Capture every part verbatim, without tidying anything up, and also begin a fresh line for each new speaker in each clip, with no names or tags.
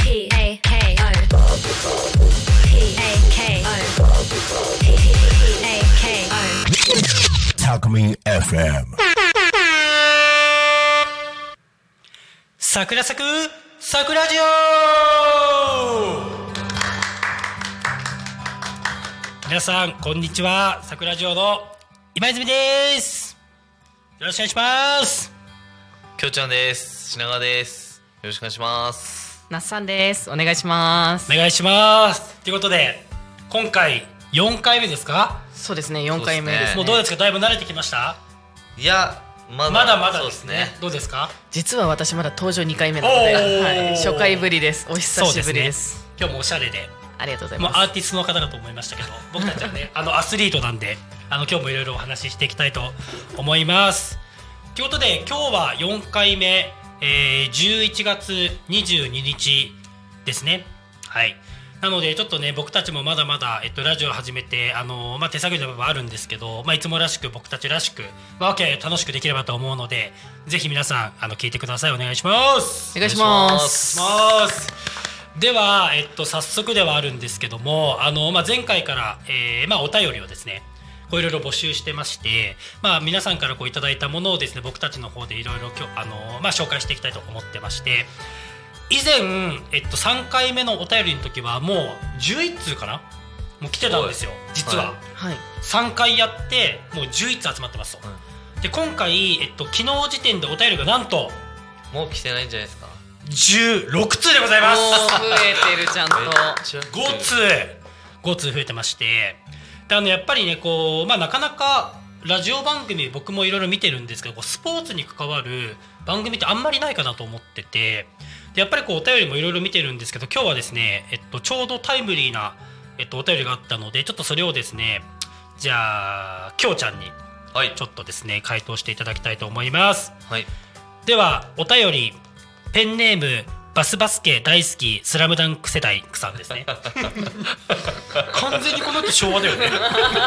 P A K O P A K O P A K O
タコミン エフエム
桜咲く桜ジオ。皆さんこんにちは。桜ジオの今泉です。よろしくお願いします。
きょうちゃんです。品川です。よろしくお願いします。
那須さんです。お願いします。
お願いします。ということで今回よんかいめですか？
そうですね、よんかいめですね。
もうどうですか？だいぶ慣れてきました？
いやまだ
まだまだですね。
そうですね。
どうですか？
実は私まだ登場にかいめなので、はい、初回ぶりです。お久しぶりです。
そうですね。今日もおしゃれで、
ありがとうございます。
もうアーティストの方だと思いましたけど、僕たちはねあのアスリートなんで、あの今日もいろいろお話ししていきたいと思います。ということで今日はよんかいめ、えー、じゅういちがつにじゅうににちですね。はい。なのでちょっとね僕たちもまだまだ、えっと、ラジオを始めて、あの、まあ、手探りの部分はあるんですけど、まあ、いつもらしく僕たちらしく、まあ、OK 楽しくできればと思うので、ぜひ皆さんあの聞いてください。お願いします。
お願いします。
お願いします。では、えっと、早速ではあるんですけども、あの、まあ、前回から、えーまあ、お便りをですねこういろいろ募集してまして、まあ、皆さんからこういただいたものをですね僕たちの方でいろいろあの、まあ、紹介していきたいと思ってまして、以前、えっと、さんかいめのお便りの時はもうじゅういちつうかなもう来てたんですよ実は、
はい、
さんかいやってもうじゅういちつ集まってますと、はい、で今回、えっと、昨日時点でお便りがなんと
もう来てないんじゃないですか？
じゅうろくつうでございます。
もう増えてるちゃんと
ごつうごつう増えてまして、であのやっぱりねこう、まあ、なかなかラジオ番組僕もいろいろ見てるんですけど、こうスポーツに関わる番組ってあんまりないかなと思ってて、でやっぱりこうお便りもいろいろ見てるんですけど、今日はですね、えっと、ちょうどタイムリーな、えっと、お便りがあったので、ちょっとそれをですねじゃあきょうちゃんにちょっとですね、はい、回答していただきたいと思います、
はい、
ではお便りペンネームバスバスケ大好きスラムダンク世代さんですね完全にこの人昭和だよね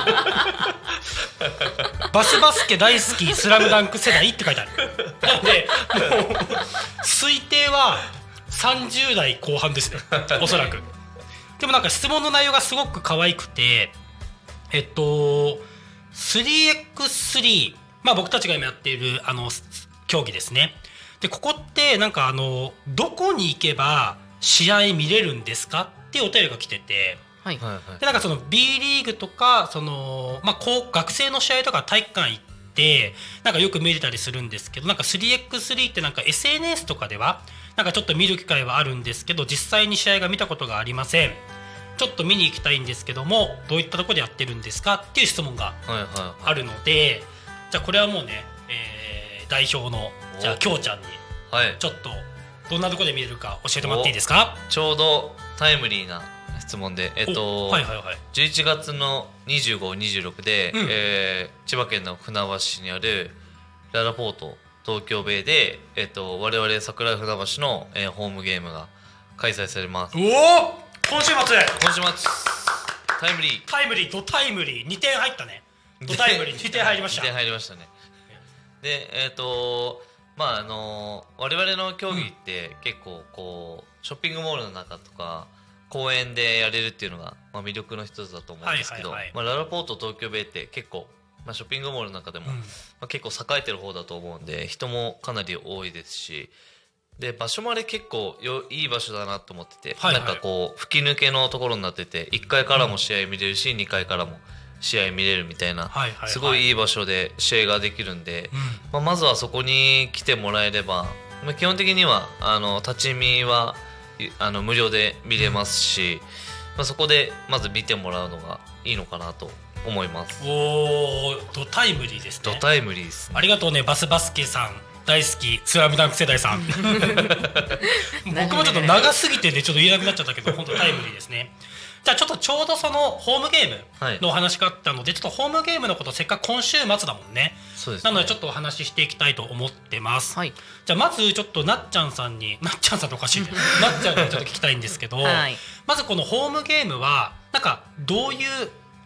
バスバスケ大好きスラムダンク世代って書いてある。なのでもう推定はさんじゅうだいこう半ですねおそらく。でもなんか質問の内容がすごく可愛くて、えっと スリーエックススリー、 まあ僕たちが今やっているあの競技ですね。でここってなんかあのどこに行けば試合見れるんですかっていうお便りが来てて、
はい、
でなんかその B リーグとかその、まあ、こう学生の試合とか体育館行ってなんかよく見れたりするんですけど、なんか スリーエックススリー ってなんか エスエヌエス とかではなんかちょっと見る機会はあるんですけど、実際に試合が見たことがありません。ちょっと見に行きたいんですけどもどういったところでやってるんですかっていう質問があるので、じゃあこれはもうね、えー、代表のじゃあきょうちゃんにちょっとどんなところで見れるか教えてもらっていいですか？
ちょうどタイムリーな質問で、えっと、はいはいはい、じゅういちがつのにじゅうご、にじゅうろくで、うんえー、千葉県の船橋市にあるララポート東京ベイで、えっと、我々桜井船橋の、えー、ホームゲームが開催されます。
おお今週末
今週末タイムリー
タイムリードタイムリーにてん入ったね。ドタイムリーにてん入りました
にてん入りましたね。でえっとまああの我々の競技って結構こうショッピングモールの中とか公園でやれるっていうのが、まあ、魅力の一つだと思うんですけど、はいはいはい、まあ、ララポート東京ベイって結構、まあ、ショッピングモールの中でも、うんまあ、結構栄えてる方だと思うんで人もかなり多いですし、で場所まで結構よいい場所だなと思ってて、はいはい、なんかこう吹き抜けのところになってていっかいからも試合見れるし、うん、にかいからも試合見れるみたいな、はいはいはい、すごいいい場所で試合ができるんで、うんまあ、まずはそこに来てもらえれば、まあ、基本的にはあの立ち見はあの無料で見れますし、うんまあ、そこでまず見てもらうのがいいのかなと思います。
おードタイムリーですね。
ドタイムリーです、ね、
ありがとうねバスバスケさん大好きスラムダンク世代さん僕もちょっと長すぎてねちょっと言えなくなっちゃったけど本当タイムリーですね。じゃあちょっとちょうどそのホームゲームのお話があったので、はい、ちょっとホームゲームのことせっかく今週末だもんね。
そうですね。
なのでちょっとお話ししていきたいと思ってます、
はい、
じゃあまずちょっとなっちゃんさんになっちゃんさんっておかしいねなっちゃんにちょっと聞きたいんですけど、はい、まずこのホームゲームはなんかどういう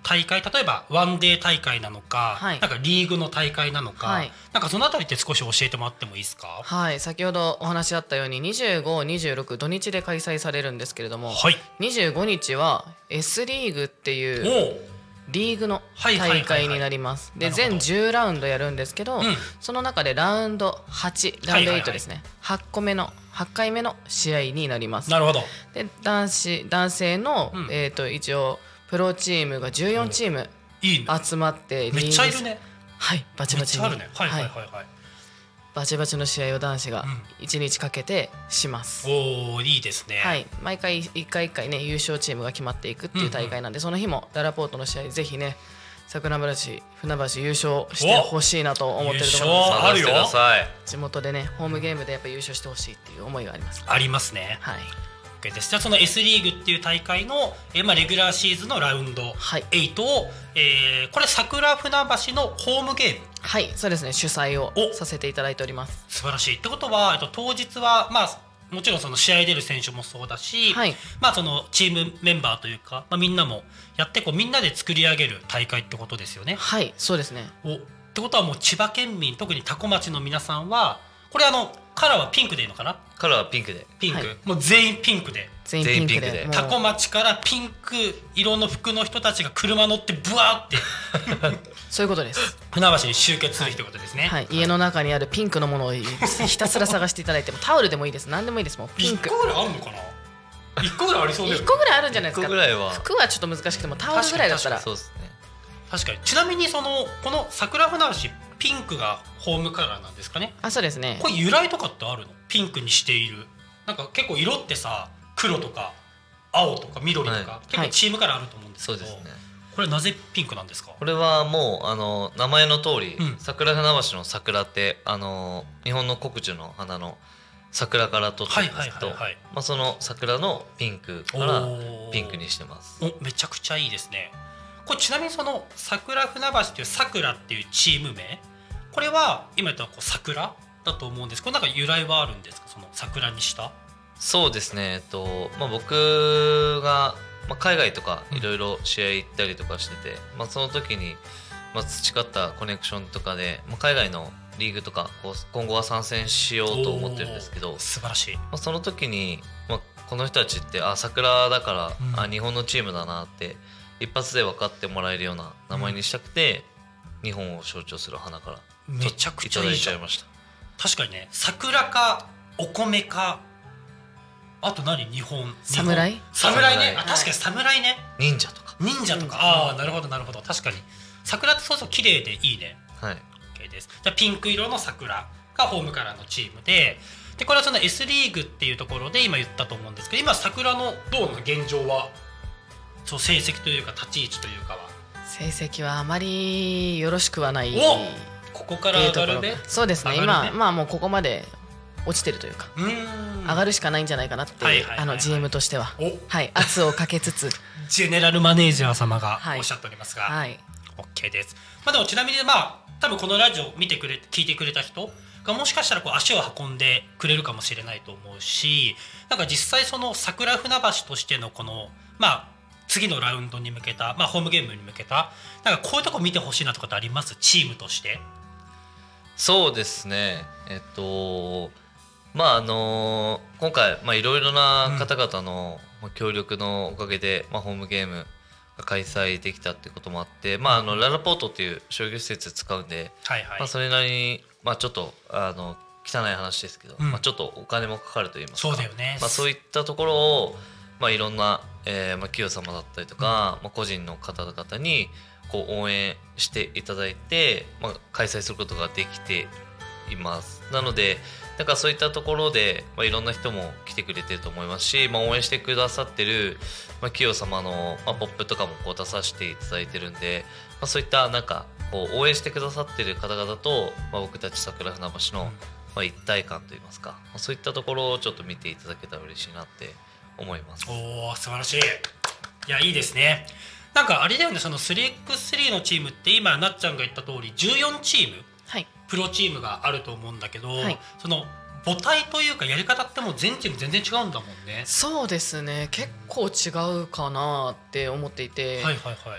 大会、例えばワンデー大会なのか、
はい、
なんかリーグの大会なのか、
はい、
なんかそのあたりって少し教えてもらってもいいですか？
はい、先ほどお話あったようににじゅうご、にじゅうろく土日で開催されるんですけれども、
はい、
にじゅうごにちは S リーグっていうリーグの大会になります。で全じゅうラウンドやるんですけど、うん、その中でラウンドはち、ラウンドはちですね、はいはいはい、はち個目のはちかいめの試合になります。
なるほど。
で男子男性の、うん、えーと一応プロチームがじゅうよんチーム集まって
めっちゃいるね。
はい、バチバチに
めっちゃあるね。はいはいはいはい、はい、
バチバチの試合を男子がいちにちかけてします、
うん、おーいいですね。
はい、毎回いっかいいっかいね優勝チームが決まっていくっていう大会なんで、うんうん、その日もララポートの試合ぜひね桜村市船橋優勝してほしいなと思ってるところです。
あるよ。
地元でねホームゲームでやっぱ優勝してほしいっていう思いがあります。
ありますね。
はい。
OK です。じゃあその S リーグっていう大会の、えーまあ、レギュラーシーズンのラウンドはちを、はい、えー、これ桜船橋のホームゲーム。
はいそうですね、主催をさせていただいております。
素晴らしい。ってことは、えっと、当日はまあもちろんその試合出る選手もそうだし、はい、まあそのチームメンバーというか、まあ、みんなもやってこうみんなで作り上げる大会ってことですよね。
はいそうですね。
おってことはもう千葉県民特に多古町の皆さんはこれあのカラーはピンクでいいのかな？
カラーはピンクで
ピンク、
はい、
もう全員ピンクで
全員ピンクで
多古町からピンク色の服の人たちが車乗ってブワーって
そういうことです。
船橋に集結するってことですね。
はい、はい、家の中にあるピンクのものをひたすら探していただいてもタオルでもいいです、何でもいいです。もうピンク
いっこぐらいあるのかな？いっこぐらいありそうだよね。
いっこぐらいあるんじゃないですか。
いっこぐらいは
服はちょっと難しくてもタオルぐらいだったら
そうですね。
確かに。ちなみにそのこの桜船橋ピンクがホームカラーなんですかね？
あそうですね。
これ由来とかってあるの？ピンクにしているなんか結構色ってさ黒とか青とか緑とか、はい、結構チームカラーあると思うんですけど、はい、そうですね。これなぜピンクなんですか？こ
れはもうあの名前の通り、うん、桜船橋の桜ってあの日本の国樹の花の桜から取ってるんですけど、まあその桜のピンクからピンクにしてます。
おめちゃくちゃいいですね。これちなみにその桜船橋っていう桜っていうチーム名、これは今言ったこう桜だと思うんですけど、なんか由来はあるんですか？その桜にした。
そうですね、えっとまあ、僕が、まあ、海外とかいろいろ試合行ったりとかしてて、うんまあ、その時に、まあ、培ったコネクションとかで、まあ、海外のリーグとかこう今後は参戦しようと思ってるんですけど、
素晴らしい、
まあ、その時に、まあ、この人たちってあ桜だから、うん、あ日本のチームだなって一発で分かってもらえるような名前にしたくて、うん、日本を象徴する花から
めちゃくちゃいいじゃん。
いただいちゃいました。
確かにね、桜かお米かあと何日本
侍
侍ね、あ確かに侍ね、
忍者とか
忍者とか、ああなるほどなるほど、確かに桜ってそうそう綺麗でいいね。
はい
OK です。じゃあピンク色の桜がホームカラーのチームで、でこれはその S リーグっていうところで今言ったと思うんですけど、今桜のどうな現状は、そう成績というか立ち位置というかは。
成績はあまりよろしくはない。
おここから上がるべ。
そうですね、今まあもうここまで落ちてるというか、うーん上がるしかないんじゃないかなっていう、はいはいはいはい、あの ジーエム としては、はい、圧をかけつつ
ジェネラルマネージャー様がおっしゃっておりますが、
はい、
OK です。まあ、でもちなみにまあ多分このラジオ見てくれ聞いてくれた人がもしかしたらこう足を運んでくれるかもしれないと思うし、なんか実際その桜船橋としてのこのまあ次のラウンドに向けた、まあ、ホームゲームに向けたなんかこういうとこ見てほしいなとかってあります？チームとして。
そうですね、えっとまああの今回いろいろな方々の協力のおかげで、まあ、ホームゲームが開催できたっていうこともあって、まあ、あのララポートっていう商業施設使うんで、
はいはい
まあ、それなりに、まあ、ちょっとあの汚い話ですけど、うんまあ、ちょっとお金もかかると言いますか、
そうだよね、
まあ、そういったところを、まあ、いろんな、えーまあ、企業様だったりとか、うんまあ、個人の方々にこう応援していただいて、まあ、開催することができています。なのでだからそういったところで、まあ、いろんな人も来てくれてると思いますし、まあ、応援してくださってる、まあ、企業様の、まあ、ポップとかもこう出させていただいてるんで、まあ、そういったなんかこう応援してくださってる方々と、まあ、僕たち桜船橋の、まあ、一体感といいますか、まあ、そういったところをちょっと見ていただけたら嬉しいなって思います。
おー素晴らしい。いやいいですね。なんかあれだよね、その スリーエックススリー のチームって今なっちゃんが言った通りじゅうよんチーム、
はい、
プロチームがあると思うんだけど、
はい、
その母体というかやり方ってもう全チーム全然違うんだもんね。
そうですね、結構違うかなって思っていて、
はいはいはい、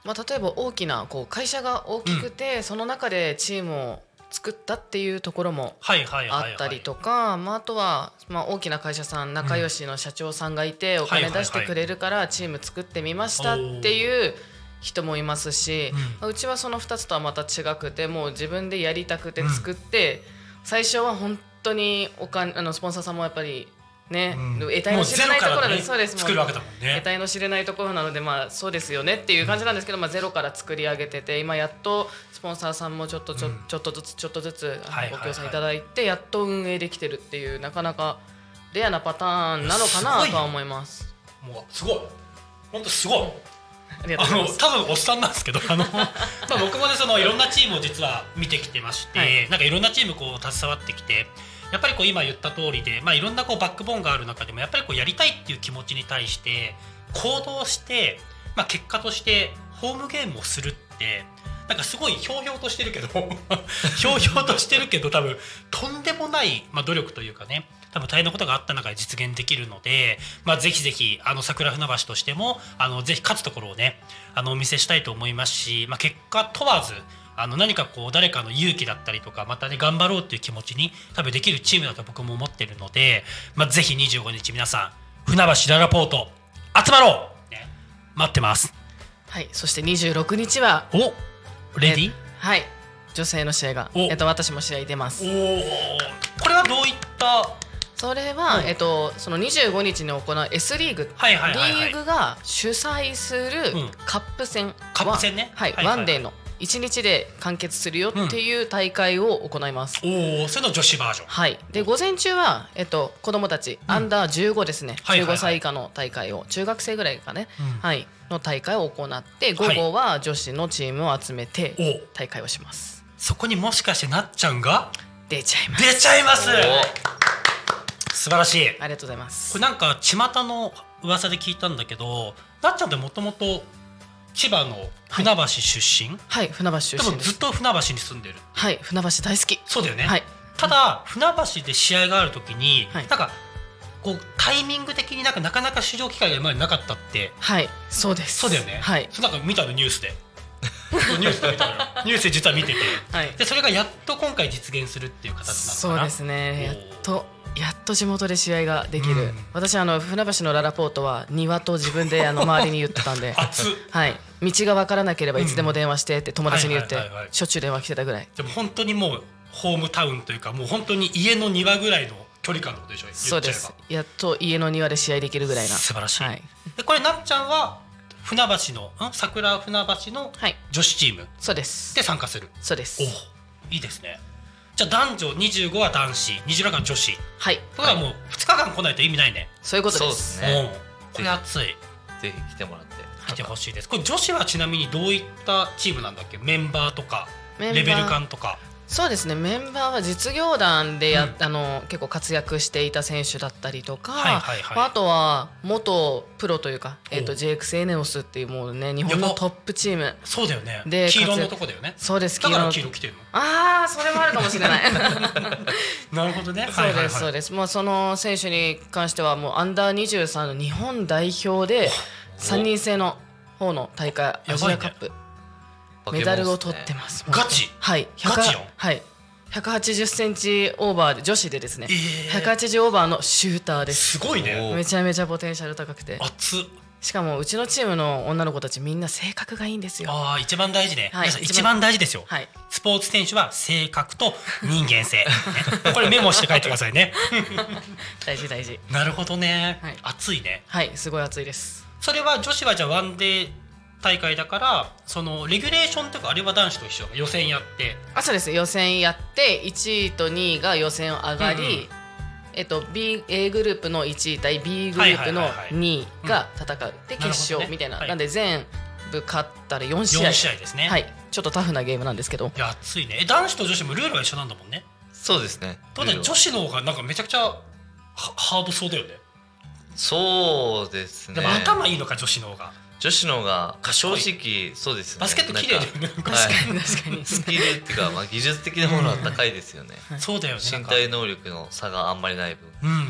まあ、例えば大きなこう会社が大きくて、うん、その中でチームを作ったっていうところもあったりとか、まあ、あとはまあ大きな会社さん仲良しの社長さんがいてお金出してくれるからチーム作ってみましたっていう人もいますし、うん、うちはそのふたつとはまた違くてもう自分でやりたくて作って、うん、最初は本当にお金あのスポンサーさんもやっぱりね、うん、得体の知れないところで、ね、そうです
作るわけだもんね。
得体の知れないところなので、まあそうですよねっていう感じなんですけど、まあ、ゼロから作り上げてて今やっとスポンサーさんもちょっとちょ、うん、ちょっとずつちょっとずつご協賛いただいてやっと運営できてるっていうなかなかレアなパターンなのかなとは思います。
もうすごい本当すごい
ありがとうございます。
あの多分おっさんなんですけどあの僕もねそのいろんなチームを実は見てきてまして、はい、なんかいろんなチームこう携わってきてやっぱりこう今言った通りで、まあ、いろんなこうバックボーンがある中でもやっぱりこうやりたいっていう気持ちに対して行動して、まあ、結果としてホームゲームをするってなんかすごいひょうひょうとしてるけどひょうひょうとしてるけど多分とんでもない、まあ、努力というかね多分大変なことがあった中で実現できるので、まあ、ぜひぜひあの桜船橋としてもあのぜひ勝つところをねあのお見せしたいと思いますし、まあ、結果問わずあの何かこう誰かの勇気だったりとかまたね頑張ろうっていう気持ちに多分できるチームだと僕も思ってるので、まあ、ぜひにじゅうごにち皆さん船橋ララポート集まろう、ね、待ってます。
はい、そしてにじゅうろくにちは
おレディ
はい女性の試合が、えっと、私も試合出ます。
おこれはどういった
それは、えっと、そのにじゅうごにちに行う S リーグ、
はいはいはいはい、
リーグが主催するカップ戦、うん、
カップ戦ね、
はいはいはい、ワンデーのいちにちで完結するよっていう大会を行います。
うん、おお、それの女子バージョン。
はい。で午前中はえっと子供たち、うん、アンダーじゅうごですね。じゅうごさい以下の大会を中学生ぐらいかね、うん、はいの大会を行って午後は女子のチームを集めて大会をします。
はい、そこにもしかしてなっちゃんが
出ちゃいます。
出ちゃいます。素晴らしい。
ありがとうございます。
これなんか巷の噂で聞いたんだけど、なっちゃんってもともと千葉の船橋出身、
はい、はい、船橋出身です。
多分ずっと船橋に住んでる。
はい、船橋大好き。
そうだよね。
はい、
ただ船橋で試合があるときに、はい、なんかこうタイミング的になんかなかなか出場機会が今までなかったって。
はい、そうです。
そうだよね。
はい。
そうなんか見たのニュースで。ニュースで見たのよ。ニュースで実は見てて、はい、でそれがやっと今回実現するっていう形なのかな。
そうですね。やっとやっと地元で試合ができる。うん、私あの船橋のララポートは庭と自分であの周りに言ってたんで、はい、道が分からなければいつでも電話してって友達に言ってしょっちゅう電話来てたぐらい。
でも本当にもうホームタウンというかもう本当に家の庭ぐらいの距離感のことでしょ。
そうです。やっと家の庭で試合できるぐらいな。
素晴らしい。はい、でこれなっちゃんは船橋のん桜船橋の女子チーム、はい、
そうです
で参加する。
そうです。
おいいですね。じゃあ男女にじゅうごは男子にじゅうろくは女子。
はい。
これはもうふつかかん来ないと意味ないね。
そういうことです。
そうですね。
これ熱い。
ぜひ来てもらって
来てほしいです。これ女子はちなみにどういったチームなんだっけ。メンバーとかレベル感とか。
そうですね。メンバーは実業団でや、うん、あの結構活躍していた選手だったりとか、はいはいはい、あとは元プロというか、えー、と ジェイエックス エネオスっていうもうね日本のトップチーム。
そうだよね。で黄色のとこだよね。
そうです。
だから黄色着てるの。
ああそれもあるかもしれない。
なるほどね。
そうですそうです。もうその選手に関してはもうアンダーにじゅうさんの日本代表でさんにん制の方の大会アジアカップ。メダルを取ってます。
ガチ。
はい。
ガチよ。
はい。ひゃくはちじゅっセンチオーバーで女子でですね、えー、ひゃくはちじゅうオーバーのシューターです。
すごいね。
めちゃめちゃポテンシャル高くて。
熱っ。
しかもうちのチームの女の子たちみんな性格がいいんですよ。
ああ一番大事ね。はい、一番大事ですよ。はい、スポーツ選手は性格と人間性。ね、これメモして書いてくださいね。
大事大事。
なるほどね。はい、熱いね。
はいすごい熱いです。
それは女子はじゃあワンデー大会だからそのレギュレーションとかあれは男子と一緒。予選やって
あそうです予選やっていちいとにいが予選上がり、うんうんえっと、B A グループのいちい対 B グループのにいが戦うで決勝みたいな、ねはい、なんで全部勝ったらよんしあい
よんしあいですね。
はいちょっとタフなゲームなんですけど。
いや熱いね。え男子と女子もルールは一緒なんだもんね。
そうですね。
ただ女子の方がなんかめちゃくちゃハードそうだよね。
そうですね。
でも頭いいのか女子の方が。
女子の方が正直そうですね。
バスケット綺麗だよね。
確かに確かに。
スキルっていうか、まあ、技術的なものは高いですよね。
そうだよね。
身体能力の差があんまりない分。
うん。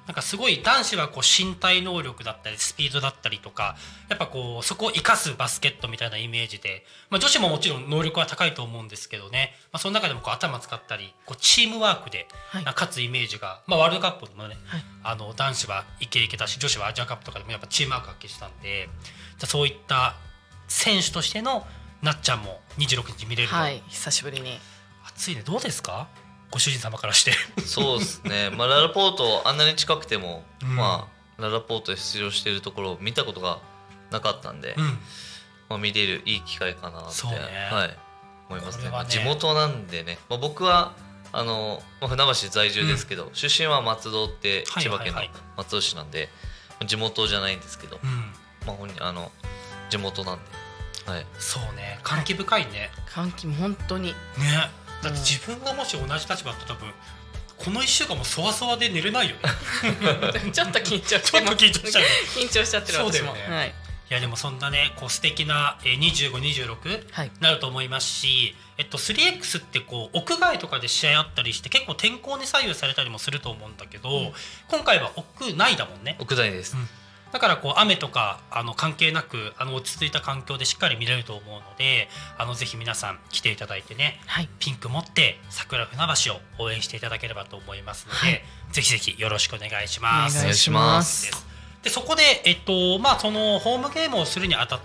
なんかすごい男子はこう身体能力だったりスピードだったりとかやっぱこうそこを生かすバスケットみたいなイメージで、まあ、女子ももちろん能力は高いと思うんですけどね、まあ、その中でもこう頭使ったりこうチームワークで勝つイメージが、まあ、ワールドカップでもね、はい、あの男子はイケイケだし女子はアジアカップとかでもやっぱチームワーク発揮したんで、じゃそういった選手としてのなっちゃんもにじゅうろくにち見れると、
はい、久しぶりに。
暑いね。どうですかご主人様からして
そうですね、まあ、ララポートあんなに近くても、うん、まあ、ララポートで出場しているところを見たことがなかったんで、うん、まあ、見れるいい機会かなって、ね、はい、思います ね, ね地元なんでね、まあ、僕はあの、まあ、船橋在住ですけど、うん、出身は松戸って千葉県の松戸市なんで、はいはいはい、地元じゃないんですけど、うん、まあ、本人あの地元なんで、はい、
そうね、歓喜深いね。
歓喜本当に
ね。だって自分がもし同じ立場だと多分このいっしゅうかんもそわそわで寝れないよね
ちょっと緊張
ちょっと緊張しちゃう
緊張しちゃってる私も。
そうだよね、
はい、
いやでもそんなねこう素敵なにじゅうご、にじゅうろくになると思いますし、えっと、スリーエックス ってこう屋外とかで試合あったりして結構天候に左右されたりもすると思うんだけど、うん、今回は屋内だもんね。
屋内です、うん、
だからこう雨とかあの関係なくあの落ち着いた環境でしっかり見れると思うので、あのぜひ皆さん来ていただいてね、はい、ピンク持って桜船橋を応援していただければと思いますので、はい、ぜひぜひよろしくお願いします。
お願いします。
でそこで、えっとまあ、そのホームゲームをするにあたって、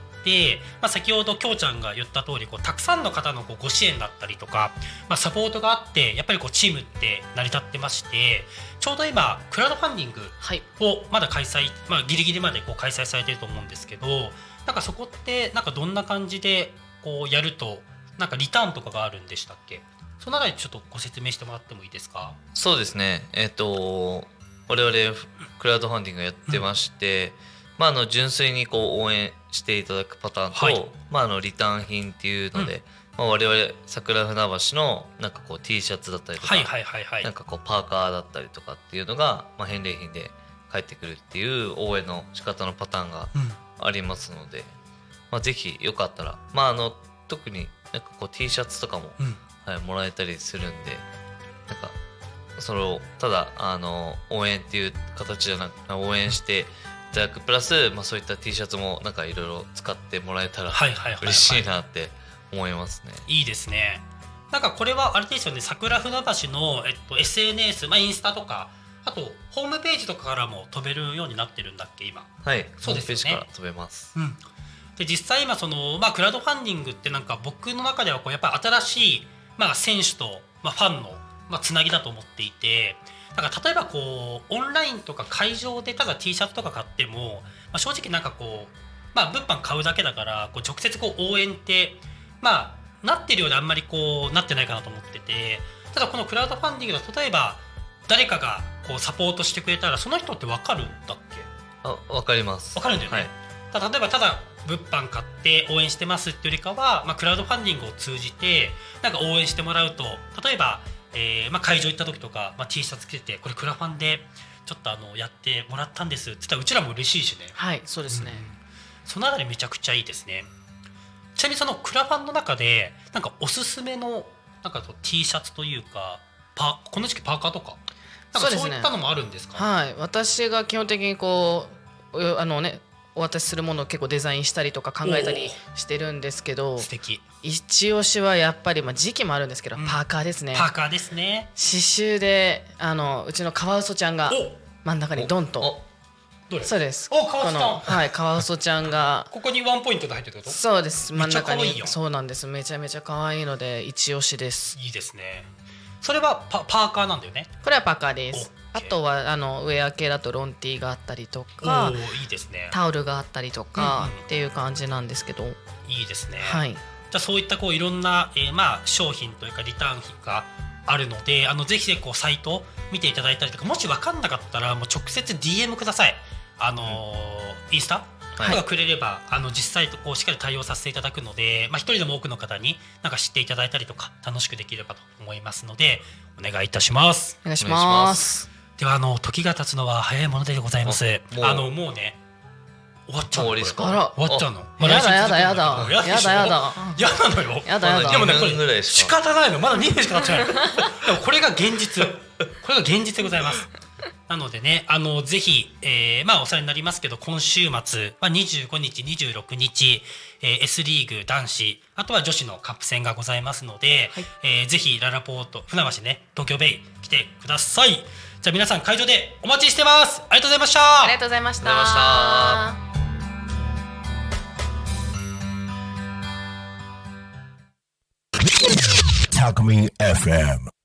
まあ、先ほどきょうちゃんが言った通りこりたくさんの方のこうご支援だったりとか、まあ、サポートがあってやっぱりこうチームって成り立ってまして、ちょうど今クラウドファンディングをまだ開催、はい、まあ、ギリギリまでこう開催されていると思うんですけど、なんかそこってなんかどんな感じでこうやるとなんかリターンとかがあるんでしたっけ？そのあたりちょっとご説明してもらってもいいですか？
そうですね、えっと我々クラウドファンディングやってまして、うん、まあ、あの純粋にこう応援していただくパターンと、はい、まあ、あのリターン品っていうので、うん、まあ、我々桜船橋のなんかこう T シャツだったりとか、はいはいはいはい、なんかこうパーカーだったりとかっていうのが、まあ、返礼品で返ってくるっていう応援の仕方のパターンがありますので、うん、まあ、ぜひよかったら、まあ、あの特になんかこう T シャツとかも、うん、はい、もらえたりするんで、なんかそれをただあの応援っていう形じゃなく応援していただくプラス、まあ、そういった T シャツもなんかいろいろ使ってもらえたら嬉しいなって思いますね。
いいですね。なんかこれはあれですよね、桜船橋の、えっと、エスエヌエス、まあ、インスタとかあとホームページとかからも飛べるようになってるんだっけ今？
はい、そうですね、ホームページから飛べます、
うん、で実際今その、まあ、クラウドファンディングってなんか僕の中ではこうやっぱり新しい、まあ、選手と、まあ、ファンの、まあ、つなぎだと思っていて、だから例えばこうオンラインとか会場でただ T シャツとか買っても、まあ、正直なんかこう、まあ、物販買うだけだからこう直接こう応援ってまあなってるようであんまりこうなってないかなと思ってて、ただこのクラウドファンディングだと例えば誰かがこうサポートしてくれたらその人って分かるんだっけ？
あ、分かります。
分かるんだよね、はい、ただ例えばただ物販買って応援してますっていうよりかは、まあ、クラウドファンディングを通じてなんか応援してもらうと、例えば、えーまあ、会場行った時とか、まあ、T シャツ着ててこれクラファンでちょっとあのやってもらったんですって言ったらうちらも嬉しいしね。
はいそうですね、
うん、そのあたりめちゃくちゃいいですね。ちなみにそのクラファンの中でなんかおすすめのなんか T シャツというかパこの時期パーカーとかなんかそういったのもあるんですか？
はい、私が基本的にこうあのねお渡しするものを結構デザインしたりとか考えたりしてるんですけど、
素敵。
一押しはやっぱり、まあ、時期もあるんですけど、うん、パーカーですね。
パーカーですね。
刺繍であのうちのカワウソちゃんが真ん中にドンと。
どれ？
そうです。
お、カワウソちゃん。
はい、カワウソちゃんが
ここにワンポイントで入ってるってこと？
そうです。真ん中に。
めっちゃ可愛いよ。
そうなんです。めちゃめちゃ可愛いので一押しです。
いいですね。それは パ, パーカーなんだよね。
これはパーカーです。あとはあのウェア系だとロンティーがあったりとか、
いいですね、
タオルがあったりとかっていう感じなんですけど、
いいですね。
はい、
じゃあそういったこういろんな、えー、まあ商品というかリターン品があるので、あのぜひこうサイト見ていただいたりとか、もし分かんなかったらもう直接 ディーエム ください。あのー、インスタとかくれれば、はい、あの実際とこうしっかり対応させていただくので、まあ、一人でも多くの方になんか知っていただいたりとか楽しくできればと思いますのでお願いいたします。
お願いします。
ではあの時が経つのは早いものでございます。もうあのもうね終わっちゃうの。終
わ
っちゃうの。
まあ、やだやだやだやだやだや
だのよ。
やだやだ。
でもねこれ仕方ないの。まだにねんしか経ってない。でもこれが現実。これが現実でございます。 なのでね、あのぜひ、えー、まあお世話になりますけど、今週末、まあ、にじゅうごにちにじゅうろくにち、えー、S リーグ男子、あとは女子のカップ戦がございますので、はい、えー、ぜひララポート船橋ね、東京ベイ来てください。じゃあ皆さん会場でお待ちしてます。ありがとうございました。
ありがとうございました。
Talk Me エフエム